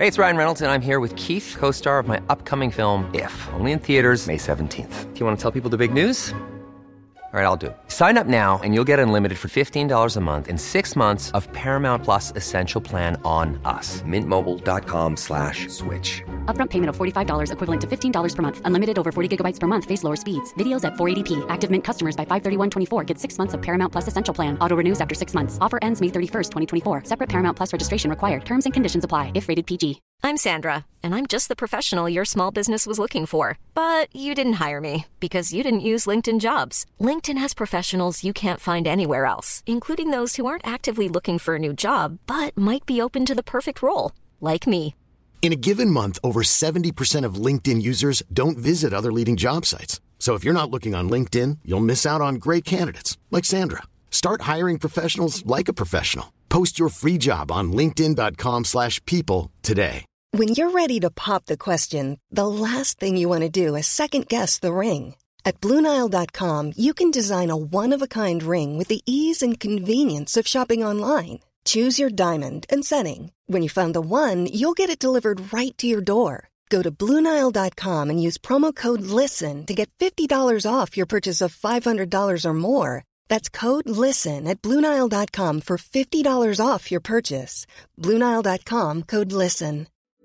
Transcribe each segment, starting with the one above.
Hey, it's Ryan Reynolds, and I'm here with Keith, co-star of my upcoming film, If, only in theaters May 17th. Do you want to tell people the big news? All right, I'll do it. Sign up now and you'll get unlimited for $15 a month and 6 months of Paramount Plus Essential Plan on us. MintMobile.com/switch. Upfront payment of $45 equivalent to $15 per month. Unlimited over 40 gigabytes per month. Face lower speeds. Videos at 480p. Active Mint customers by 531.24 get 6 months of Paramount Plus Essential Plan. Auto renews after 6 months. Offer ends May 31st, 2024. Separate Paramount Plus registration required. Terms and conditions apply if rated PG. I'm Sandra, and I'm just the professional your small business was looking for. But you didn't hire me because you didn't use LinkedIn Jobs. LinkedIn has professionals you can't find anywhere else, including those who aren't actively looking for a new job, but might be open to the perfect role, like me. In a given month, over 70% of LinkedIn users don't visit other leading job sites. So if you're not looking on LinkedIn, you'll miss out on great candidates like Sandra. Start hiring professionals like a professional. Post your free job on linkedin.com/people today. When you're ready to pop the question, the last thing you want to do is second-guess the ring. At BlueNile.com, you can design a one-of-a-kind ring with the ease and convenience of shopping online. Choose your diamond and setting. When you find the one, you'll get it delivered right to your door. Go to BlueNile.com and use promo code LISTEN to get $50 off your purchase of $500 or more. That's code LISTEN at BlueNile.com for $50 off your purchase. BlueNile.com, code LISTEN.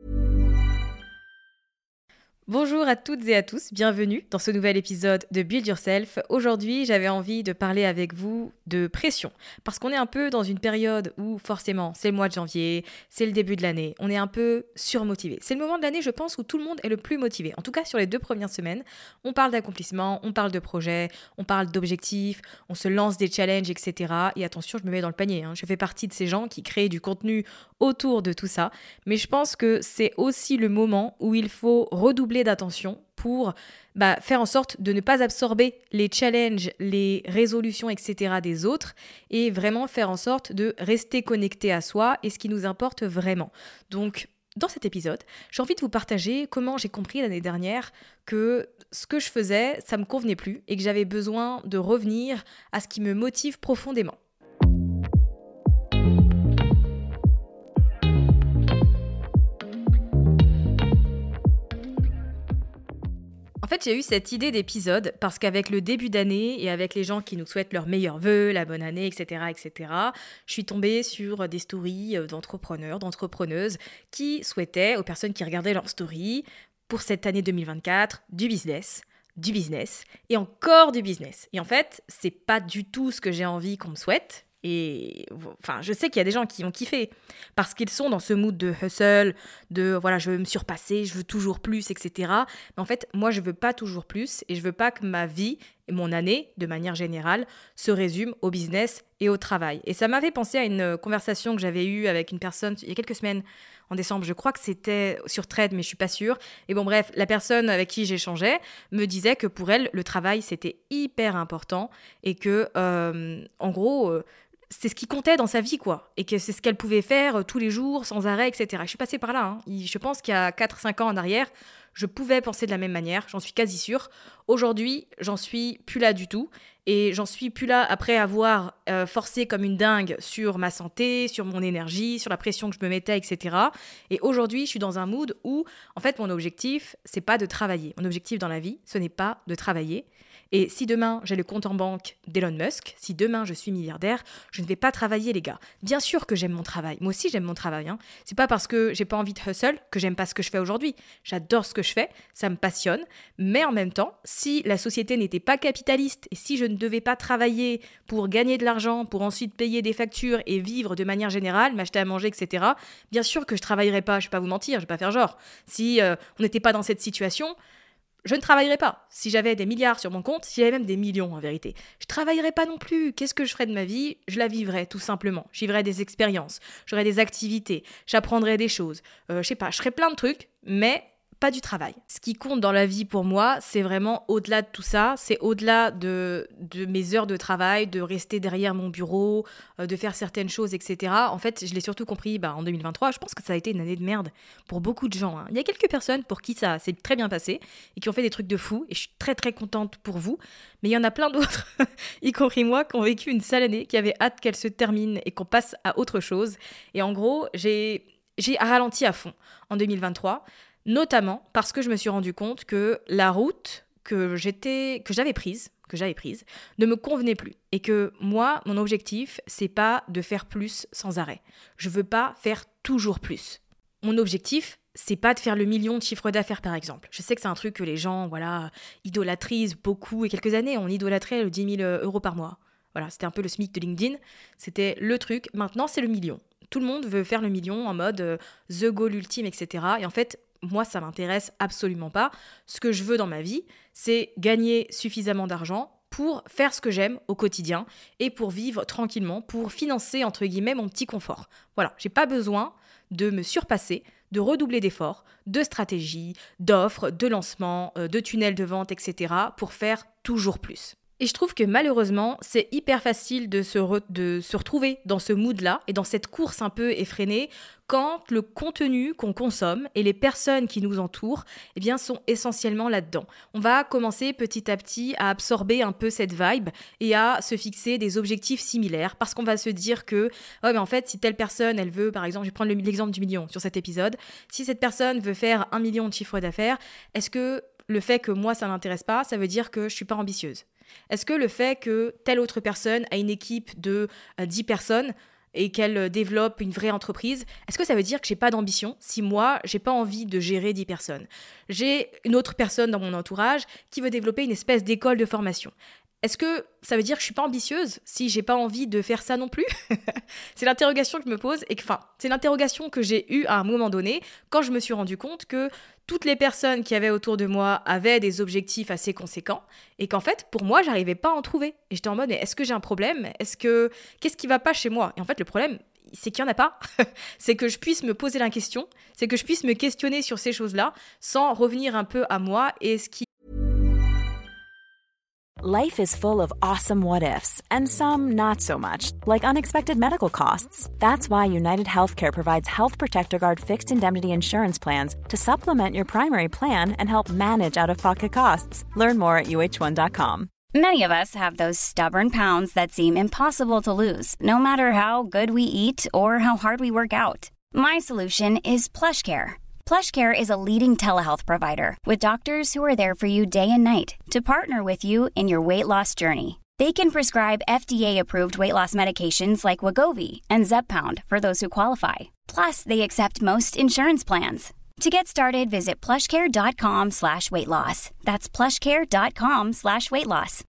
Bonjour à toutes et à tous, bienvenue dans ce nouvel épisode de Build Yourself. Aujourd'hui, j'avais envie de parler avec vous de pression, parce qu'on est un peu dans une période où forcément, c'est le mois de janvier, c'est le début de l'année, on est un peu surmotivé. C'est le moment de l'année, je pense, où tout le monde est le plus motivé. En tout cas, sur les 2 premières semaines, on parle d'accomplissement, on parle de projets, on parle d'objectifs, on se lance des challenges, etc. Et attention, je me mets dans le panier, je fais partie de ces gens qui créent du contenu autour de tout ça, mais je pense que c'est aussi le moment où il faut redoubler d'attention pour faire en sorte de ne pas absorber les challenges, les résolutions, etc. des autres et vraiment faire en sorte de rester connecté à soi et ce qui nous importe vraiment. Donc, dans cet épisode, j'ai envie de vous partager comment j'ai compris l'année dernière que ce que je faisais, ça me convenait plus et que j'avais besoin de revenir à ce qui me motive profondément. En fait, j'ai eu cette idée d'épisode parce qu'avec le début d'année et avec les gens qui nous souhaitent leurs meilleurs vœux, la bonne année, etc., je suis tombée sur des stories d'entrepreneurs, d'entrepreneuses qui souhaitaient, aux personnes qui regardaient leurs stories, pour cette année 2024, du business et encore du business. Et en fait, c'est pas du tout ce que j'ai envie qu'on me souhaite. Et enfin, je sais qu'il y a des gens qui ont kiffé parce qu'ils sont dans ce mood de hustle, de voilà, je veux me surpasser, je veux toujours plus, etc. Mais en fait, moi, je veux pas toujours plus et je veux pas que ma vie et mon année, de manière générale, se résume au business et au travail. Et ça m'avait pensé à une conversation que j'avais eue avec une personne il y a quelques semaines, en décembre, je crois que c'était sur Thread, mais je suis pas sûre. Et bon, bref, la personne avec qui j'échangeais me disait que pour elle, le travail, c'était hyper important et que, en gros, c'est ce qui comptait dans sa vie, quoi. Et que c'est ce qu'elle pouvait faire tous les jours, sans arrêt, etc. Je suis passée par là. Je pense qu'il y a 4-5 ans en arrière, je pouvais penser de la même manière, j'en suis quasi sûre. Aujourd'hui, j'en suis plus là du tout. Et j'en suis plus là après avoir forcé comme une dingue sur ma santé, sur mon énergie, sur la pression que je me mettais, etc. Et aujourd'hui, je suis dans un mood où, en fait, mon objectif, c'est pas de travailler. Mon objectif dans la vie, ce n'est pas de travailler. Et si demain, j'ai le compte en banque d'Elon Musk, si demain, je suis milliardaire, je ne vais pas travailler, les gars. Bien sûr que j'aime mon travail. Moi aussi, j'aime mon travail. C'est pas parce que j'ai pas envie de hustle que j'aime pas ce que je fais aujourd'hui. J'adore ce que je fais, ça me passionne. Mais en même temps, si la société n'était pas capitaliste et si je ne devais pas travailler pour gagner de l'argent, pour ensuite payer des factures et vivre de manière générale, m'acheter à manger, etc., bien sûr que je travaillerais pas, je vais pas vous mentir, je vais pas faire genre. Si on n'était pas dans cette situation, je ne travaillerais pas. Si j'avais des milliards sur mon compte, si j'avais même des millions en vérité, je travaillerais pas non plus. Qu'est-ce que je ferais de ma vie ? Je la vivrais tout simplement. Je vivrais des expériences, j'aurais des activités, j'apprendrais des choses. Je sais pas, je ferais plein de trucs, mais pas du travail. Ce qui compte dans la vie pour moi, c'est vraiment au-delà de tout ça, c'est au-delà de mes heures de travail, de rester derrière mon bureau, de faire certaines choses, etc. En fait, je l'ai surtout compris en 2023, je pense que ça a été une année de merde pour beaucoup de gens. Il y a quelques personnes pour qui ça s'est très bien passé et qui ont fait des trucs de fou, et je suis très très contente pour vous, mais il y en a plein d'autres, y compris moi, qui ont vécu une sale année, qui avaient hâte qu'elle se termine et qu'on passe à autre chose. Et en gros, j'ai j'ai ralenti à fond en 2023, notamment parce que je me suis rendu compte que la route que j'avais prise ne me convenait plus. Et que moi, mon objectif, c'est pas de faire plus sans arrêt. Je veux pas faire toujours plus. Mon objectif, c'est pas de faire le million de chiffre d'affaires, par exemple. Je sais que c'est un truc que les gens, idolâtrisent beaucoup. Et quelques années, on idolâtrait le 10 000 euros par mois. Voilà, c'était un peu le SMIC de LinkedIn. C'était le truc. Maintenant, c'est le million. Tout le monde veut faire le million en mode the goal ultime, etc. Et en fait, moi, ça m'intéresse absolument pas. Ce que je veux dans ma vie, c'est gagner suffisamment d'argent pour faire ce que j'aime au quotidien et pour vivre tranquillement, pour financer, entre guillemets, mon petit confort. Voilà, j'ai pas besoin de me surpasser, de redoubler d'efforts, de stratégies, d'offres, de lancements, de tunnels de vente, etc. pour faire toujours plus. Et je trouve que malheureusement, c'est hyper facile de se retrouver dans ce mood-là et dans cette course un peu effrénée quand le contenu qu'on consomme et les personnes qui nous entourent sont essentiellement là-dedans. On va commencer petit à petit à absorber un peu cette vibe et à se fixer des objectifs similaires parce qu'on va se dire que mais en fait, si telle personne, elle veut, par exemple, je vais prendre l'exemple du million sur cet épisode, si cette personne veut faire 1 million de chiffre d'affaires, est-ce que le fait que moi, ça ne m'intéresse pas, ça veut dire que je ne suis pas ambitieuse ? Est-ce que le fait que telle autre personne a une équipe de 10 personnes et qu'elle développe une vraie entreprise, est-ce que ça veut dire que j'ai pas d'ambition si moi, j'ai pas envie de gérer 10 personnes ? J'ai une autre personne dans mon entourage qui veut développer une espèce d'école de formation. Est-ce que ça veut dire que je suis pas ambitieuse si j'ai pas envie de faire ça non plus ? C'est l'interrogation que je me pose et c'est l'interrogation que j'ai eue à un moment donné quand je me suis rendu compte que toutes les personnes qui avaient autour de moi avaient des objectifs assez conséquents et qu'en fait, pour moi, j'arrivais pas à en trouver. Et j'étais en mode, mais est-ce que j'ai un problème ? Qu'est-ce qui va pas chez moi ? Et en fait, le problème, c'est qu'il n'y en a pas. C'est que je puisse me poser la question, c'est que je puisse me questionner sur ces choses-là sans revenir un peu à moi et ce qui... Life is full of awesome what-ifs, and some not so much, like unexpected medical costs. That's why United Healthcare provides Health Protector Guard fixed indemnity insurance plans to supplement your primary plan and help manage out-of-pocket costs. Learn more at uh1.com. Many of us have those stubborn pounds that seem impossible to lose, no matter how good we eat or how hard we work out. My solution is PlushCare. PlushCare is a leading telehealth provider with doctors who are there for you day and night to partner with you in your weight loss journey. They can prescribe FDA-approved weight loss medications like Wegovy and Zepbound for those who qualify. Plus, they accept most insurance plans. To get started, visit plushcare.com/weightloss. That's plushcare.com/weightloss.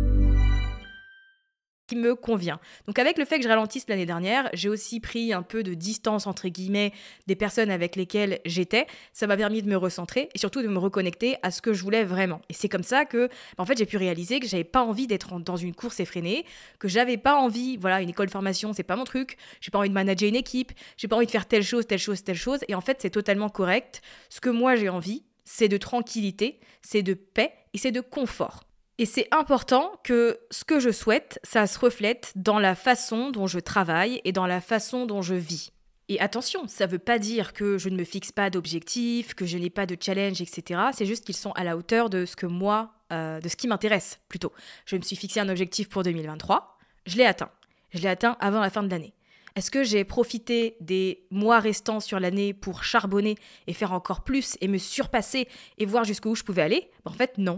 Qui me convient. Donc avec le fait que je ralentisse l'année dernière, j'ai aussi pris un peu de distance entre guillemets des personnes avec lesquelles j'étais. Ça m'a permis de me recentrer et surtout de me reconnecter à ce que je voulais vraiment. Et c'est comme ça que en fait j'ai pu réaliser que j'avais pas envie d'être dans une course effrénée, que j'avais pas envie, une école de formation, c'est pas mon truc, j'ai pas envie de manager une équipe, j'ai pas envie de faire telle chose et en fait c'est totalement correct. Ce que moi j'ai envie, c'est de tranquillité, c'est de paix et c'est de confort. Et c'est important que ce que je souhaite, ça se reflète dans la façon dont je travaille et dans la façon dont je vis. Et attention, ça ne veut pas dire que je ne me fixe pas d'objectifs, que je n'ai pas de challenge, etc. C'est juste qu'ils sont à la hauteur de ce que moi, de ce qui m'intéresse plutôt. Je me suis fixé un objectif pour 2023, je l'ai atteint. Je l'ai atteint avant la fin de l'année. Est-ce que j'ai profité des mois restants sur l'année pour charbonner et faire encore plus et me surpasser et voir jusqu'où je pouvais aller ? En fait, non.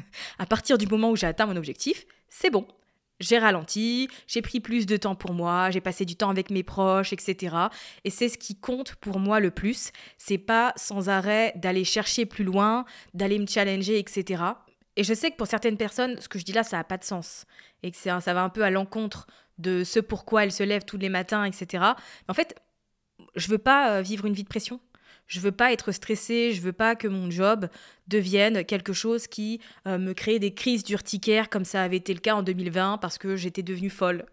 À partir du moment où j'ai atteint mon objectif, c'est bon. J'ai ralenti, j'ai pris plus de temps pour moi, j'ai passé du temps avec mes proches, etc. Et c'est ce qui compte pour moi le plus. C'est pas sans arrêt d'aller chercher plus loin, d'aller me challenger, etc. Et je sais que pour certaines personnes, ce que je dis là, ça n'a pas de sens. Et que ça va un peu à l'encontre de ce pourquoi elles se lèvent tous les matins, etc. Mais en fait, je veux pas vivre une vie de pression. Je veux pas être stressée, je veux pas que mon job devienne quelque chose qui me crée des crises d'urticaire comme ça avait été le cas en 2020 parce que j'étais devenue folle.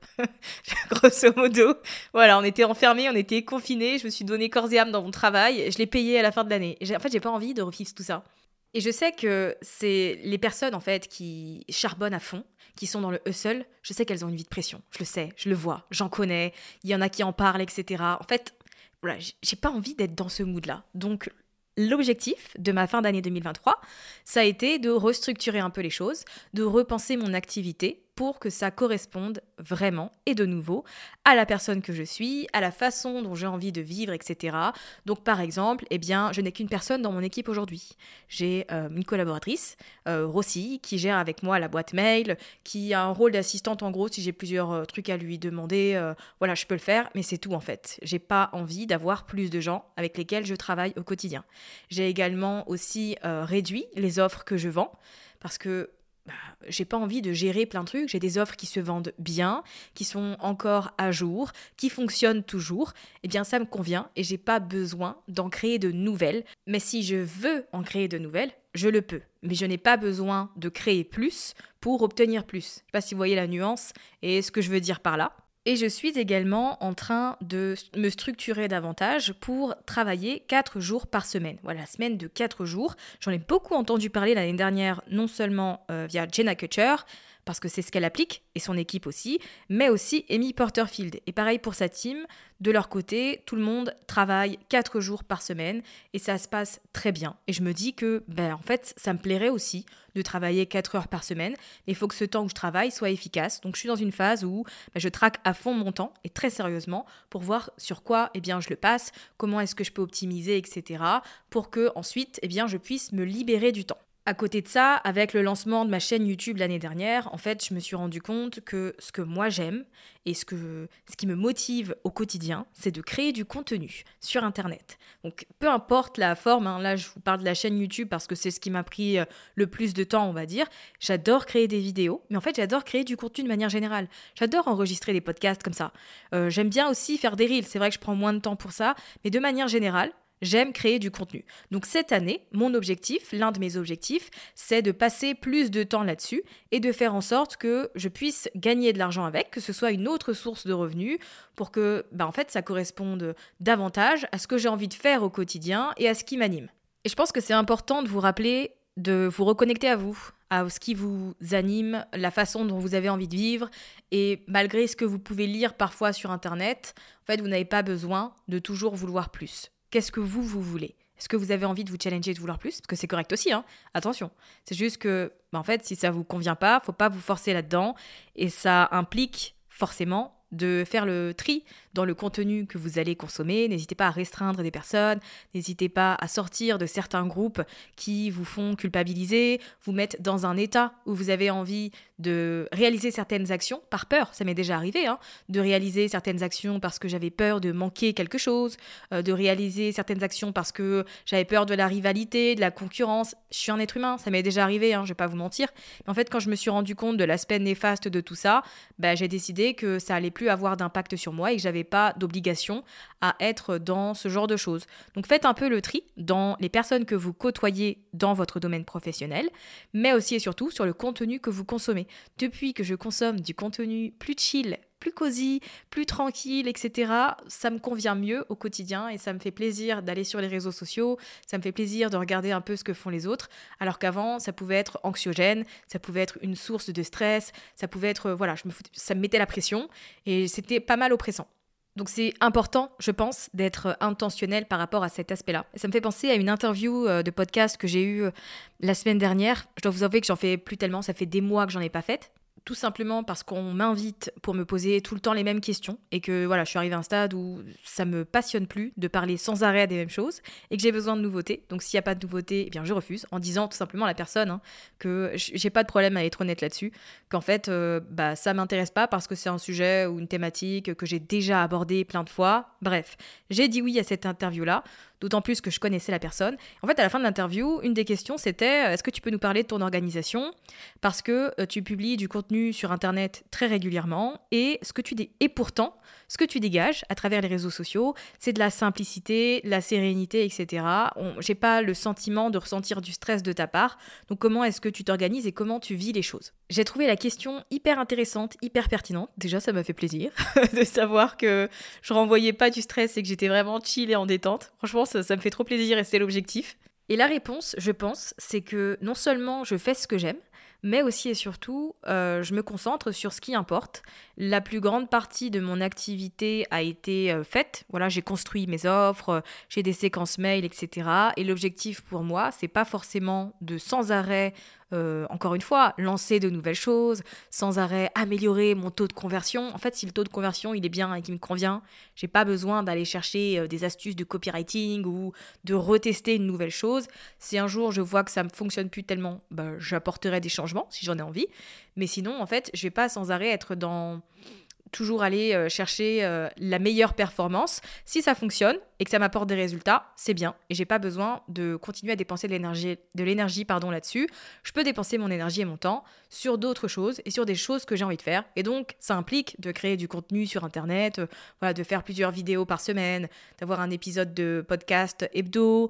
Grosso modo, voilà, on était enfermés, on était confinés, je me suis donné corps et âme dans mon travail, je l'ai payé à la fin de l'année. En fait, j'ai pas envie de revivre tout ça. Et je sais que c'est les personnes en fait qui charbonnent à fond, qui sont dans le hustle, je sais qu'elles ont une vie de pression. Je le sais, je le vois, j'en connais, il y en a qui en parlent, etc. En fait, voilà, j'ai pas envie d'être dans ce mood-là. Donc, l'objectif de ma fin d'année 2023, ça a été de restructurer un peu les choses, de repenser mon activité pour que ça corresponde vraiment et de nouveau à la personne que je suis, à la façon dont j'ai envie de vivre, etc. Donc par exemple, je n'ai qu'une personne dans mon équipe aujourd'hui. J'ai une collaboratrice, Rossi, qui gère avec moi la boîte mail, qui a un rôle d'assistante en gros si j'ai plusieurs trucs à lui demander. Je peux le faire, mais c'est tout en fait. J'ai pas envie d'avoir plus de gens avec lesquels je travaille au quotidien. J'ai également aussi réduit les offres que je vends parce que j'ai pas envie de gérer plein de trucs. J'ai des offres qui se vendent bien, qui sont encore à jour, qui fonctionnent toujours. Eh bien, ça me convient et j'ai pas besoin d'en créer de nouvelles. Mais si je veux en créer de nouvelles, je le peux. Mais je n'ai pas besoin de créer plus pour obtenir plus. Je sais pas si vous voyez la nuance et ce que je veux dire par là. Et je suis également en train de me structurer davantage pour travailler 4 jours par semaine. Voilà, la semaine de 4 jours. J'en ai beaucoup entendu parler l'année dernière, non seulement via Jenna Kutcher, parce que c'est ce qu'elle applique, et son équipe aussi, mais aussi Amy Porterfield. Et pareil pour sa team, de leur côté, tout le monde travaille 4 jours par semaine, et ça se passe très bien. Et je me dis que, en fait, ça me plairait aussi de travailler 4 heures par semaine, mais il faut que ce temps où je travaille soit efficace. Donc je suis dans une phase où je traque à fond mon temps, et très sérieusement, pour voir sur quoi je le passe, comment est-ce que je peux optimiser, etc., pour que ensuite je puisse me libérer du temps. À côté de ça, avec le lancement de ma chaîne YouTube l'année dernière, en fait, je me suis rendu compte que ce que moi j'aime et ce qui me motive au quotidien, c'est de créer du contenu sur Internet. Donc, peu importe la forme, là je vous parle de la chaîne YouTube parce que c'est ce qui m'a pris le plus de temps, on va dire. J'adore créer des vidéos, mais en fait, j'adore créer du contenu de manière générale. J'adore enregistrer des podcasts comme ça. J'aime bien aussi faire des reels, c'est vrai que je prends moins de temps pour ça, mais de manière générale, j'aime créer du contenu. Donc cette année, l'un de mes objectifs, c'est de passer plus de temps là-dessus et de faire en sorte que je puisse gagner de l'argent avec, que ce soit une autre source de revenus pour que en fait, ça corresponde davantage à ce que j'ai envie de faire au quotidien et à ce qui m'anime. Et je pense que c'est important de vous rappeler de vous reconnecter à vous, à ce qui vous anime, la façon dont vous avez envie de vivre. Et malgré ce que vous pouvez lire parfois sur Internet, en fait, vous n'avez pas besoin de toujours vouloir plus. Qu'est-ce que vous voulez ? Est-ce que vous avez envie de vous challenger et de vouloir plus ? Parce que c'est correct aussi, attention. C'est juste que, en fait, si ça vous convient pas, faut pas vous forcer là-dedans. Et ça implique forcément de faire le tri dans le contenu que vous allez consommer. N'hésitez pas à restreindre des personnes, n'hésitez pas à sortir de certains groupes qui vous font culpabiliser, vous mettre dans un état où vous avez envie de réaliser certaines actions par peur. Ça m'est déjà arrivé, de réaliser certaines actions parce que j'avais peur de manquer quelque chose, de réaliser certaines actions parce que j'avais peur de la rivalité, de la concurrence. Je suis un être humain, ça m'est déjà arrivé, je vais pas vous mentir. Mais en fait, quand je me suis rendu compte de l'aspect néfaste de tout ça, j'ai décidé que ça allait plus avoir d'impact sur moi et que j'avais pas d'obligation à être dans ce genre de choses. Donc faites un peu le tri dans les personnes que vous côtoyez dans votre domaine professionnel, mais aussi et surtout sur le contenu que vous consommez. Depuis que je consomme du contenu plus chill, plus cosy, plus tranquille, etc., ça me convient mieux au quotidien et ça me fait plaisir d'aller sur les réseaux sociaux, ça me fait plaisir de regarder un peu ce que font les autres, alors qu'avant, ça pouvait être anxiogène, ça pouvait être une source de stress, ça pouvait être, ça me mettait la pression et c'était pas mal oppressant. Donc c'est important, je pense, d'être intentionnel par rapport à cet aspect-là. Et ça me fait penser à une interview de podcast que j'ai eue la semaine dernière. Je dois vous avouer que j'en fais plus tellement, ça fait des mois que j'en ai pas faite. Tout simplement parce qu'on m'invite pour me poser tout le temps les mêmes questions et que je suis arrivée à un stade où ça me passionne plus de parler sans arrêt des mêmes choses et que j'ai besoin de nouveautés. Donc s'il n'y a pas de nouveautés, je refuse en disant tout simplement à la personne que j'ai pas de problème à être honnête là-dessus, qu'en fait ça m'intéresse pas parce que c'est un sujet ou une thématique que j'ai déjà abordé plein de fois. Bref, j'ai dit oui à cette interview-là. D'autant plus que je connaissais la personne. En fait, à la fin de l'interview, une des questions, c'était « Est-ce que tu peux nous parler de ton organisation ? Parce que tu publies du contenu sur Internet très régulièrement et pourtant, ce que tu dégages à travers les réseaux sociaux, c'est de la simplicité, de la sérénité, etc. J'ai pas le sentiment de ressentir du stress de ta part. Donc, comment est-ce que tu t'organises et comment tu vis les choses ?» J'ai trouvé la question hyper intéressante, hyper pertinente. Déjà, ça m'a fait plaisir de savoir que je renvoyais pas du stress et que j'étais vraiment chill et en détente. Franchement, ça me fait trop plaisir et c'est l'objectif. Et la réponse, je pense, c'est que non seulement je fais ce que j'aime, mais aussi et surtout, je me concentre sur ce qui importe. La plus grande partie de mon activité a été faite. Voilà, j'ai construit mes offres, j'ai des séquences mail, etc. Et l'objectif pour moi, c'est pas forcément de sans arrêt encore une fois, lancer de nouvelles choses, sans arrêt améliorer mon taux de conversion. En fait, si le taux de conversion il est bien et qu'il me convient, j'ai pas besoin d'aller chercher des astuces de copywriting ou de retester une nouvelle chose. Si un jour je vois que ça ne fonctionne plus tellement, j'apporterai des changements si j'en ai envie. Mais sinon, en fait, je vais pas sans arrêt être dans... toujours aller chercher la meilleure performance. Si ça fonctionne et que ça m'apporte des résultats, c'est bien. Et j'ai pas besoin de continuer à dépenser de l'énergie là-dessus. Je peux dépenser mon énergie et mon temps sur d'autres choses et sur des choses que j'ai envie de faire. Et donc, ça implique de créer du contenu sur Internet, de faire plusieurs vidéos par semaine, d'avoir un épisode de podcast hebdo,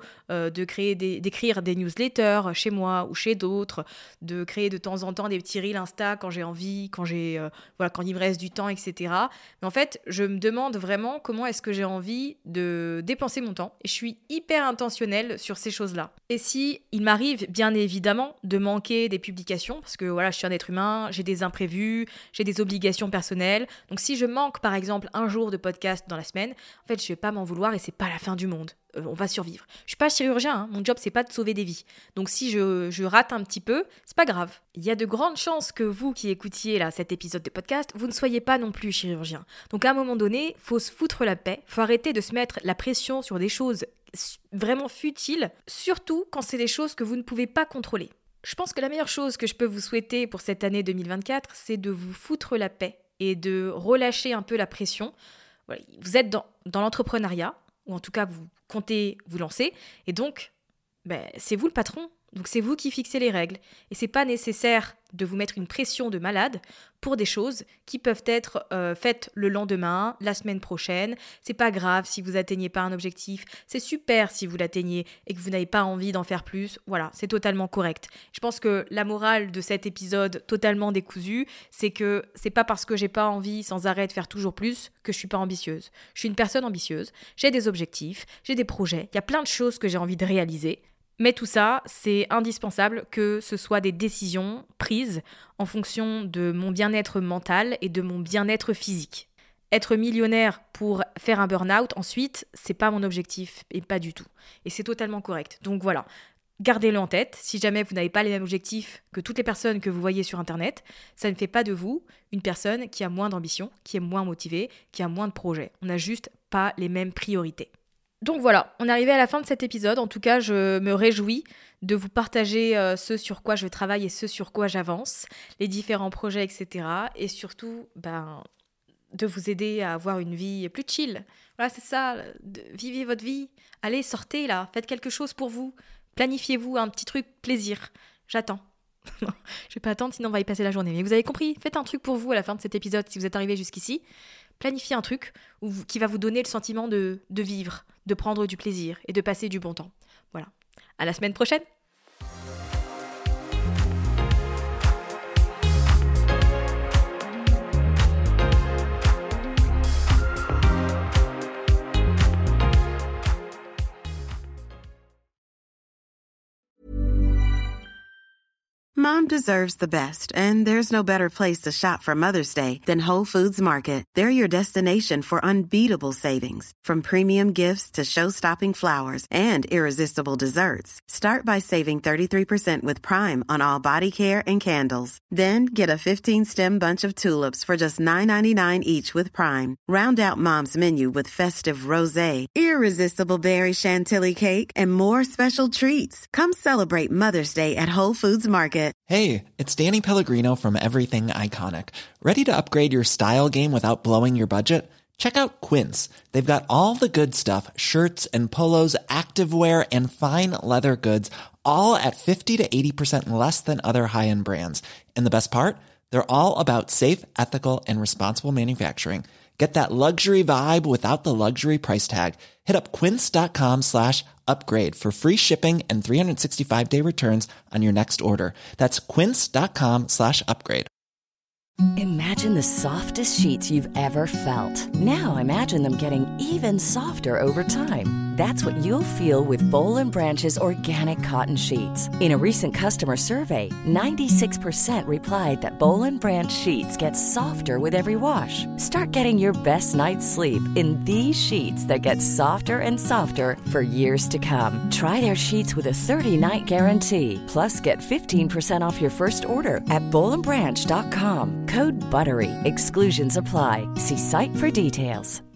d'écrire des newsletters chez moi ou chez d'autres, de créer de temps en temps des petits reels Insta quand j'ai envie, quand il me reste du temps, etc. Mais en fait, je me demande vraiment comment est-ce que j'ai envie de dépenser mon temps et je suis hyper intentionnelle sur ces choses-là. Et si il m'arrive bien évidemment de manquer des publications, parce que je suis un être humain, j'ai des imprévus, j'ai des obligations personnelles. Donc si je manque par exemple un jour de podcast dans la semaine, en fait, je vais pas m'en vouloir et c'est pas la fin du monde. On va survivre. Je suis pas chirurgien, mon job c'est pas de sauver des vies. Donc si je rate un petit peu, c'est pas grave. Il y a de grandes chances que vous qui écoutiez là cet épisode de podcast, vous ne soyez pas non plus chirurgien. Donc à un moment donné, faut se foutre la paix, faut arrêter de se mettre la pression sur des choses vraiment futiles, surtout quand c'est des choses que vous ne pouvez pas contrôler. Je pense que la meilleure chose que je peux vous souhaiter pour cette année 2024, c'est de vous foutre la paix et de relâcher un peu la pression. Vous êtes dans l'entrepreneuriat, ou en tout cas vous comptez vous lancer, et donc c'est vous le patron, donc c'est vous qui fixez les règles, et c'est pas nécessaire de vous mettre une pression de malade pour des choses qui peuvent être faites le lendemain, la semaine prochaine. C'est pas grave si vous atteignez pas un objectif, c'est super si vous l'atteignez et que vous n'avez pas envie d'en faire plus, voilà, c'est totalement correct. Je pense que la morale de cet épisode totalement décousu, c'est que c'est pas parce que j'ai pas envie sans arrêt de faire toujours plus que je suis pas ambitieuse. Je suis une personne ambitieuse, j'ai des objectifs, j'ai des projets, il y a plein de choses que j'ai envie de réaliser. Mais tout ça, c'est indispensable que ce soit des décisions prises en fonction de mon bien-être mental et de mon bien-être physique. Être millionnaire pour faire un burn-out ensuite, c'est pas mon objectif et pas du tout. Et c'est totalement correct. Donc voilà, gardez-le en tête. Si jamais vous n'avez pas les mêmes objectifs que toutes les personnes que vous voyez sur Internet, ça ne fait pas de vous une personne qui a moins d'ambition, qui est moins motivée, qui a moins de projets. On n'a juste pas les mêmes priorités. Donc voilà, on est arrivé à la fin de cet épisode. En tout cas, je me réjouis de vous partager ce sur quoi je travaille et ce sur quoi j'avance, les différents projets, etc. Et surtout, de vous aider à avoir une vie plus chill. Voilà, c'est ça, vivez votre vie. Allez, sortez là, faites quelque chose pour vous. Planifiez-vous un petit truc plaisir. J'attends. Non, je vais pas attendre, sinon on va y passer la journée. Mais vous avez compris, faites un truc pour vous à la fin de cet épisode si vous êtes arrivé jusqu'ici. Planifiez un truc qui va vous donner le sentiment de vivre, de prendre du plaisir et de passer du bon temps. Voilà. À la semaine prochaine! Mom deserves the best, and there's no better place to shop for Mother's Day than Whole Foods Market. They're your destination for unbeatable savings, from premium gifts to show-stopping flowers and irresistible desserts. Start by saving 33% with Prime on all body care and candles. Then get a 15-stem bunch of tulips for just $9.99 each with Prime. Round out Mom's menu with festive rosé, irresistible berry chantilly cake, and more special treats. Come celebrate Mother's Day at Whole Foods Market. Hey, it's Danny Pellegrino from Everything Iconic. Ready to upgrade your style game without blowing your budget? Check out Quince. They've got all the good stuff, shirts and polos, activewear, and fine leather goods, all at 50 to 80% less than other high-end brands. And the best part? They're all about safe, ethical, and responsible manufacturing. Get that luxury vibe without the luxury price tag. Hit up quince.com/upgrade for free shipping and 365-day returns on your next order. That's quince.com/upgrade. Imagine the softest sheets you've ever felt. Now imagine them getting even softer over time. That's what you'll feel with Boll & Branch's organic cotton sheets. In a recent customer survey, 96% replied that Boll & Branch sheets get softer with every wash. Start getting your best night's sleep in these sheets that get softer and softer for years to come. Try their sheets with a 30-night guarantee. Plus, get 15% off your first order at bollandbranch.com. Code BUTTERY. Exclusions apply. See site for details.